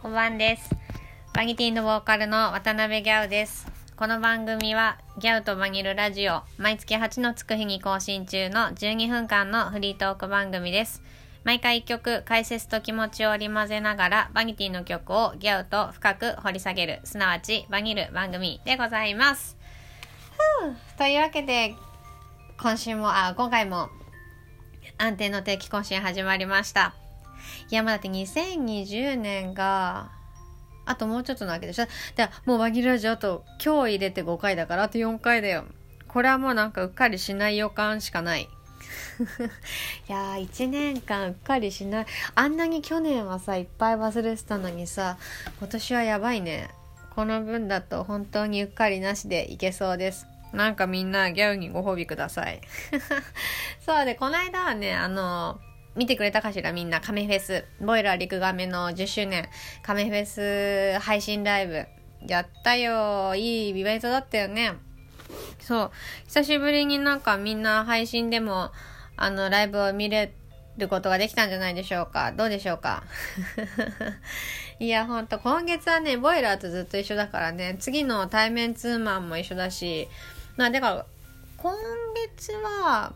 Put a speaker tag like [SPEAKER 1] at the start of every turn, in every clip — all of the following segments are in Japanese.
[SPEAKER 1] こんばんです。バニティのボーカルの渡辺ギャウです。この番組はギャウとバニルラジオ毎月8のつく日に更新中の12分間のフリートーク番組です。毎回1曲解説と気持ちを織り交ぜながらバニティの曲をギャウと深く掘り下げる、すなわちバニル番組でございます。というわけで今回も安定の定期更新始まりました。いやだって2020年があともうちょっとなわけでしょ。でもうバニルラジオあと今日入れて5回だからあと4回だよ。これはもうなんかうっかりしない予感しかないいや1年間うっかりしない。あんなに去年はさいっぱい忘れてたのにさ、今年はやばいね。この分だと本当にうっかりなしでいけそうです。なんかみんなギャウにご褒美くださいそうで、この間はね見てくれたかしら、みんな。カメフェスボイラーリクガメの10周年カメフェス配信ライブやったよ。いいイベントだったよね。そう、久しぶりになんかみんな配信でもライブを見れることができたんじゃないでしょうか。どうでしょうかいやほんと今月はねボイラーとずっと一緒だからね。次の対面ツーマンも一緒だし、だから今月は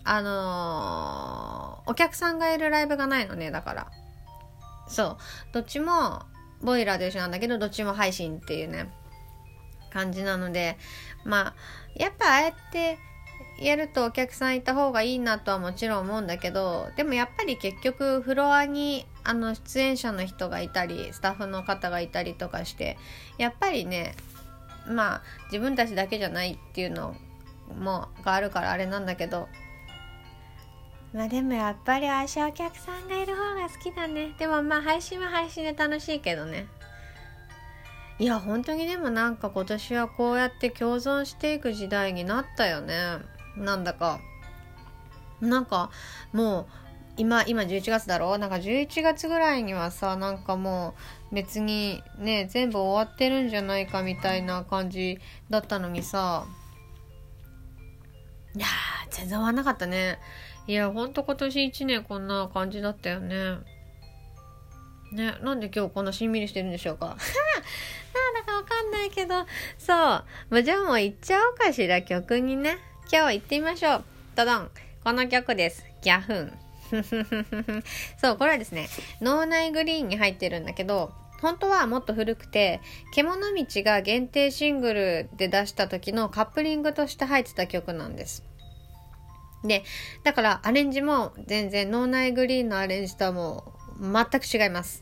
[SPEAKER 1] お客さんがいるライブがないのね。だからそうどっちもボイラーで一緒なんだけどどっちも配信っていうね感じなので、やっぱああやってやるとお客さんいた方がいいなとはもちろん思うんだけど、でもやっぱり結局フロアに出演者の人がいたりスタッフの方がいたりとかして、やっぱりね自分たちだけじゃないっていうのがあるからあれなんだけど、でもやっぱりお客さんがいる方が好きだね。でも配信は配信で楽しいけどね。いや本当にでもなんか今年はこうやって共存していく時代になったよね。なんかもう今11月だろ。なんか11月ぐらいにはさ、なんかもう別にね全部終わってるんじゃないかみたいな感じだったのにさ、いや全然終わんなかったね。いやほんと今年1年こんな感じだったよね。なんで今日こんなしんみりしてるんでしょうかなんだかわかんないけど、そうじゃあもう行っちゃおうかしら。曲にね今日行ってみましょう。ドドン。この曲です。ギャフンそう、これはですね脳内グリーンに入ってるんだけど、本当はもっと古くて獣道が限定シングルで出した時のカップリングとして入ってた曲なんです。でだからアレンジも全然脳内グリーンのアレンジとはもう全く違います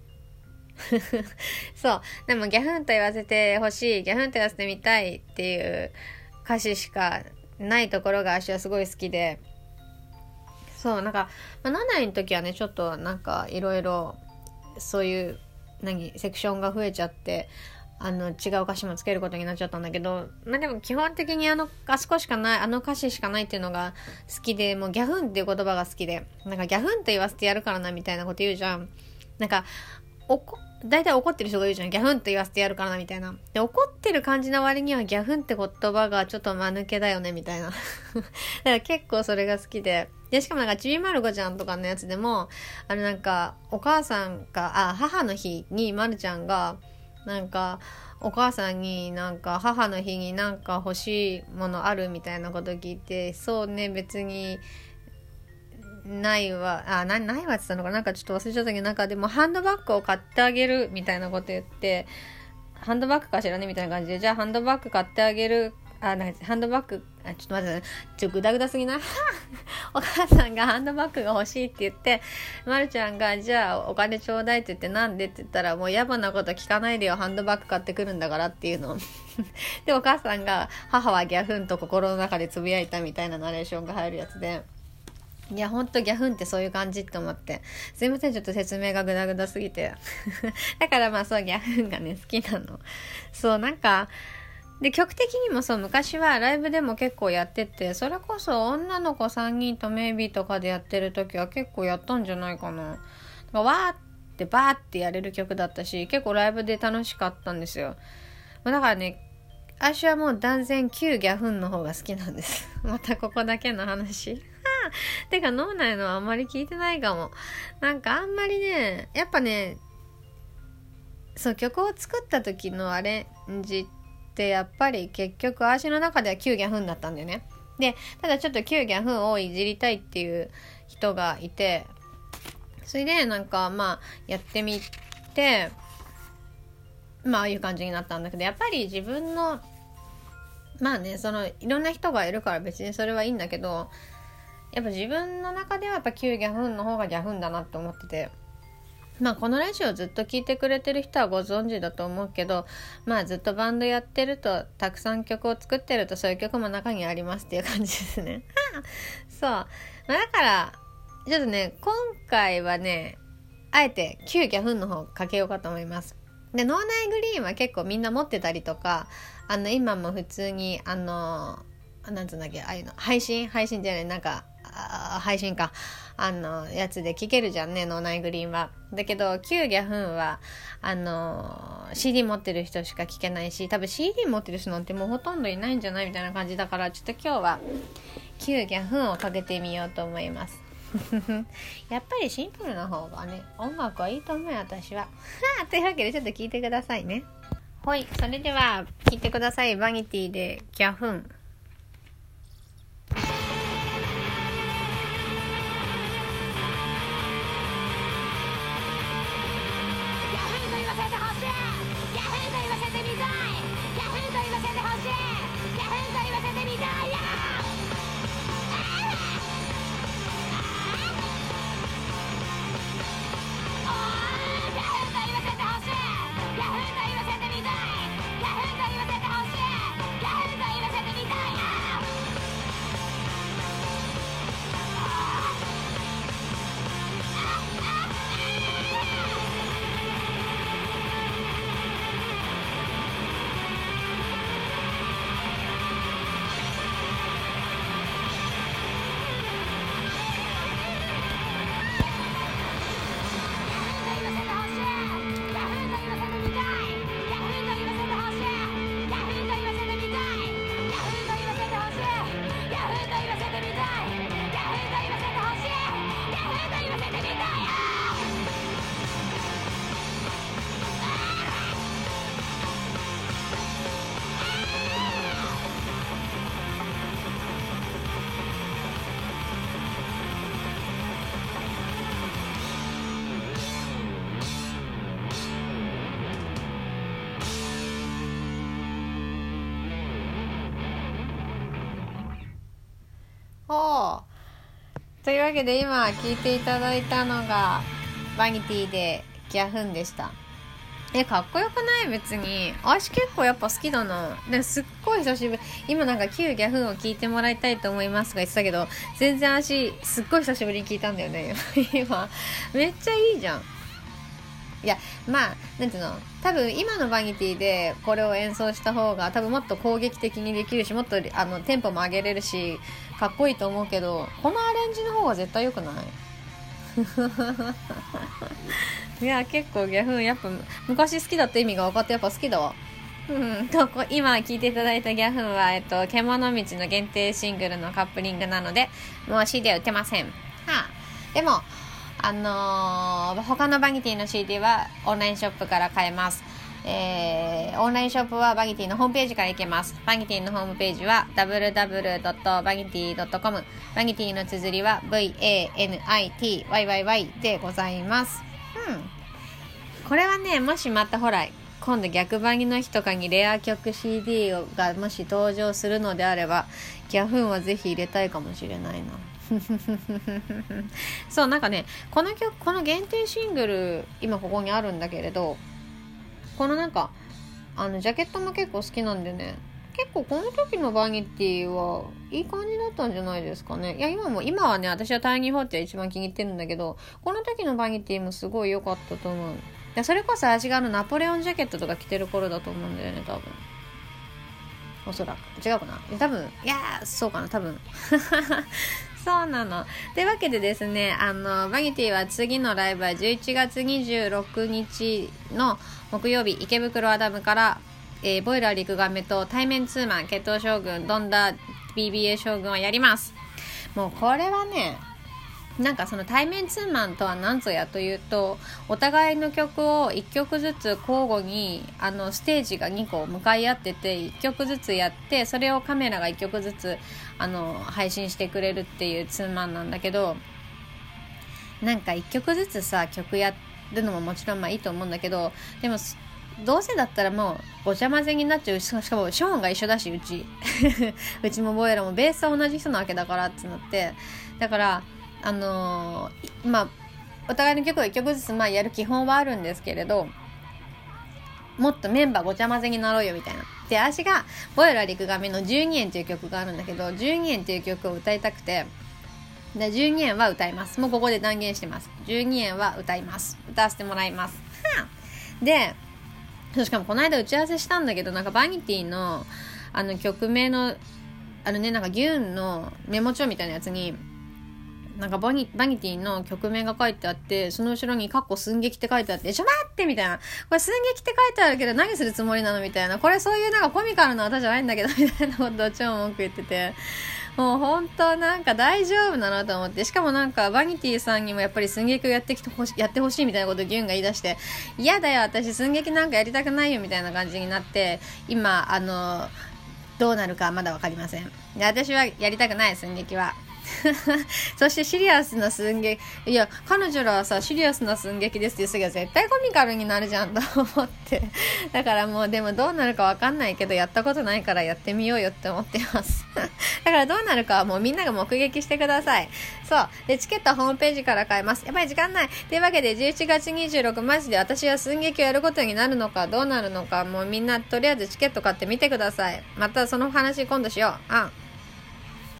[SPEAKER 1] そうでもギャフンと言わせてほしい、ギャフンと言わせてみたいっていう歌詞しかないところが私はすごい好きで、そうなんか、7の時はねちょっとなんかいろいろそういうセクションが増えちゃって違う歌詞もつけることになっちゃったんだけど、でも基本的にあそこしかない歌詞しかないっていうのが好きで、もうギャフンっていう言葉が好きで、なんかギャフンと言わせてやるからなみたいなこと言うじゃん。なんかだいたい怒ってる人が言うじゃん、ギャフンと言わせてやるからなみたいな。で怒ってる感じの割にはギャフンって言葉がちょっと間抜けだよねみたいなだから結構それが好きで、しかもなんかちびまる子ちゃんとかのやつでもなんかお母さんが母の日にまるちゃんがなんかお母さんになんか母の日になんか欲しいものあるみたいなこと聞いて、そうね別にないわないわって言ったのかなんかちょっと忘れちゃったけど、なんかでもハンドバッグを買ってあげるみたいなこと言って、ハンドバッグかしらねみたいな感じで、じゃあハンドバッグ買ってあげるハンドバッグちょっと待ってグダグダすぎないお母さんがハンドバッグが欲しいって言って、まるちゃんがじゃあお金ちょうだいって言って、なんでって言ったら、もう野暮なこと聞かないでよ、ハンドバッグ買ってくるんだからっていうのでお母さんが母はギャフンと心の中でつぶやいたみたいなナレーションが入るやつで、いやほんとギャフンってそういう感じって思って、すいませんちょっと説明がグダグダすぎてだからそうギャフンがね好きなの。そうなんかで曲的にもそう昔はライブでも結構やってて、それこそ女の子3人とメイビーとかでやってる時は結構やったんじゃないかな。わーってバーってやれる曲だったし、結構ライブで楽しかったんですよ。だからね私はもう断然旧ギャフンの方が好きなんですまたここだけの話てか脳内のはあんまり聞いてないかも。なんかあんまりねやっぱねそう曲を作った時のアレンジってやっぱり結局私の中では9ギャフンだったんだよね。でただちょっと9ギャフンをいじりたいっていう人がいて、それでなんかやってみてああいう感じになったんだけど、やっぱり自分のそのいろんな人がいるから別にそれはいいんだけど、やっぱ自分の中ではやっぱ9ギャフンの方がギャフンだなって思ってて、このラジオずっと聞いてくれてる人はご存知だと思うけど、ずっとバンドやってるとたくさん曲を作ってるとそういう曲も中にありますっていう感じですねそう、だからちょっとね今回はねあえて9ギャフンの方かけようかと思います。で脳内グリーンは結構みんな持ってたりとか、今も普通になんつうんだっけ、ああいうの配信じゃない、なんか配信かやつで聴けるじゃんね、脳内グリーンは。だけど9ギャフンはCD 持ってる人しか聴けないし、多分 CD 持ってる人なんてもうほとんどいないんじゃないみたいな感じだから、ちょっと今日は9ギャフンをかけてみようと思いますやっぱりシンプルな方がね音楽はいいと思うよ私はというわけでちょっと聞いてくださいね。はい、それでは聞いてください。バニティでギャフン。というわけで今聴いていただいたのがバニティでギャフンでした。かっこよくない？別に私結構やっぱ好きだな。ですっごい久しぶり、今なんか旧ギャフンを聞いてもらいたいと思いますが言ってたけど、全然私すっごい久しぶりに聞いたんだよね今めっちゃいいじゃん。いやなんていうの、多分今のバニティでこれを演奏した方が多分もっと攻撃的にできるし、もっとテンポも上げれるしかっこいいと思うけど、このアレンジの方が絶対良くないいや結構ギャフンやっぱ昔好きだった意味が分かってやっぱ好きだわ。今聞いていただいたギャフンは獣道の限定シングルのカップリングなのでもう CD は売ってません。でも他のバニティの CD はオンラインショップから買えます。オンラインショップはバニティのホームページから行けます。バニティのホームページは www.vanity.com、 バニティの綴りは VANITYYY でございます。これはね、もしまたほら今度逆バニの日とかにレア曲 CD がもし登場するのであればギャフンはぜひ入れたいかもしれないなそうなんかね、この曲、この限定シングル今ここにあるんだけれど、このなんかジャケットも結構好きなんでね、結構この時のバニティはいい感じだったんじゃないですかね。いや今はね、私はタイニーホーティ一番気に入ってるんだけど、この時のバニティもすごい良かったと思う。でそれこそ私がナポレオンジャケットとか着てる頃だと思うんだよね、多分。おそらく違うかな、多分、いやそうかな、多分そうなの。というわけでですね、バニティは次のライブは11月26日の木曜日、池袋アダムから、ボイラー陸亀と対面ツーマン、決闘将軍、ドンダ BBA 将軍をやります。もうこれはね、 なんかその対面ツーマンとは何ぞやというと、お互いの曲を1曲ずつ交互にステージが2個向かい合ってて1曲ずつやって、それをカメラが1曲ずつ配信してくれるっていうツーマンなんだけど、なんか1曲ずつさ曲やるのももちろんまあいいと思うんだけど、でもどうせだったらもうごちゃ混ぜになっちゃうしかもショーンが一緒だし、うちうちもボエラもベースは同じ人なわけだからってなって、だからまあお互いの曲を1曲ずつまあやる基本はあるんですけれど、もっとメンバーごちゃ混ぜになろうよみたいな。で、私がボエラ陸上の12円っていう曲があるんだけど、12円っていう曲を歌いたくて、で12円は歌います。もうここで断言してます。12円は歌います。歌わせてもらいます。で、しかもこの間打ち合わせしたんだけど、なんかバニティの曲名のなんかギューンのメモ帳みたいなやつになんかバニティの曲名が書いてあって、その後ろにカッコ寸劇って書いてあって、ちょ待ってみたいな、これ寸劇って書いてあるけど何するつもりなのみたいな、これそういうなんかコミカルな歌じゃないんだけどみたいなことを超文句言ってて、もう本当なんか大丈夫なのと思って、しかもなんかバニティさんにもやっぱり寸劇をやってほしいみたいなことをギュンが言い出して、嫌だよ私寸劇なんかやりたくないよみたいな感じになって、今どうなるかまだわかりません。で、私はやりたくない寸劇はそしてシリアスな寸劇、いや彼女らはさシリアスな寸劇ですって言う人が絶対コミカルになるじゃんと思って、だからもうでもどうなるかわかんないけどやったことないからやってみようよって思ってますだからどうなるかはもうみんなが目撃してください。そうで、チケットはホームページから買えます。やっぱり時間ないというわけで、11月26マジで私は寸劇をやることになるのかどうなるのか、もうみんなとりあえずチケット買ってみてください。またその話今度しよう。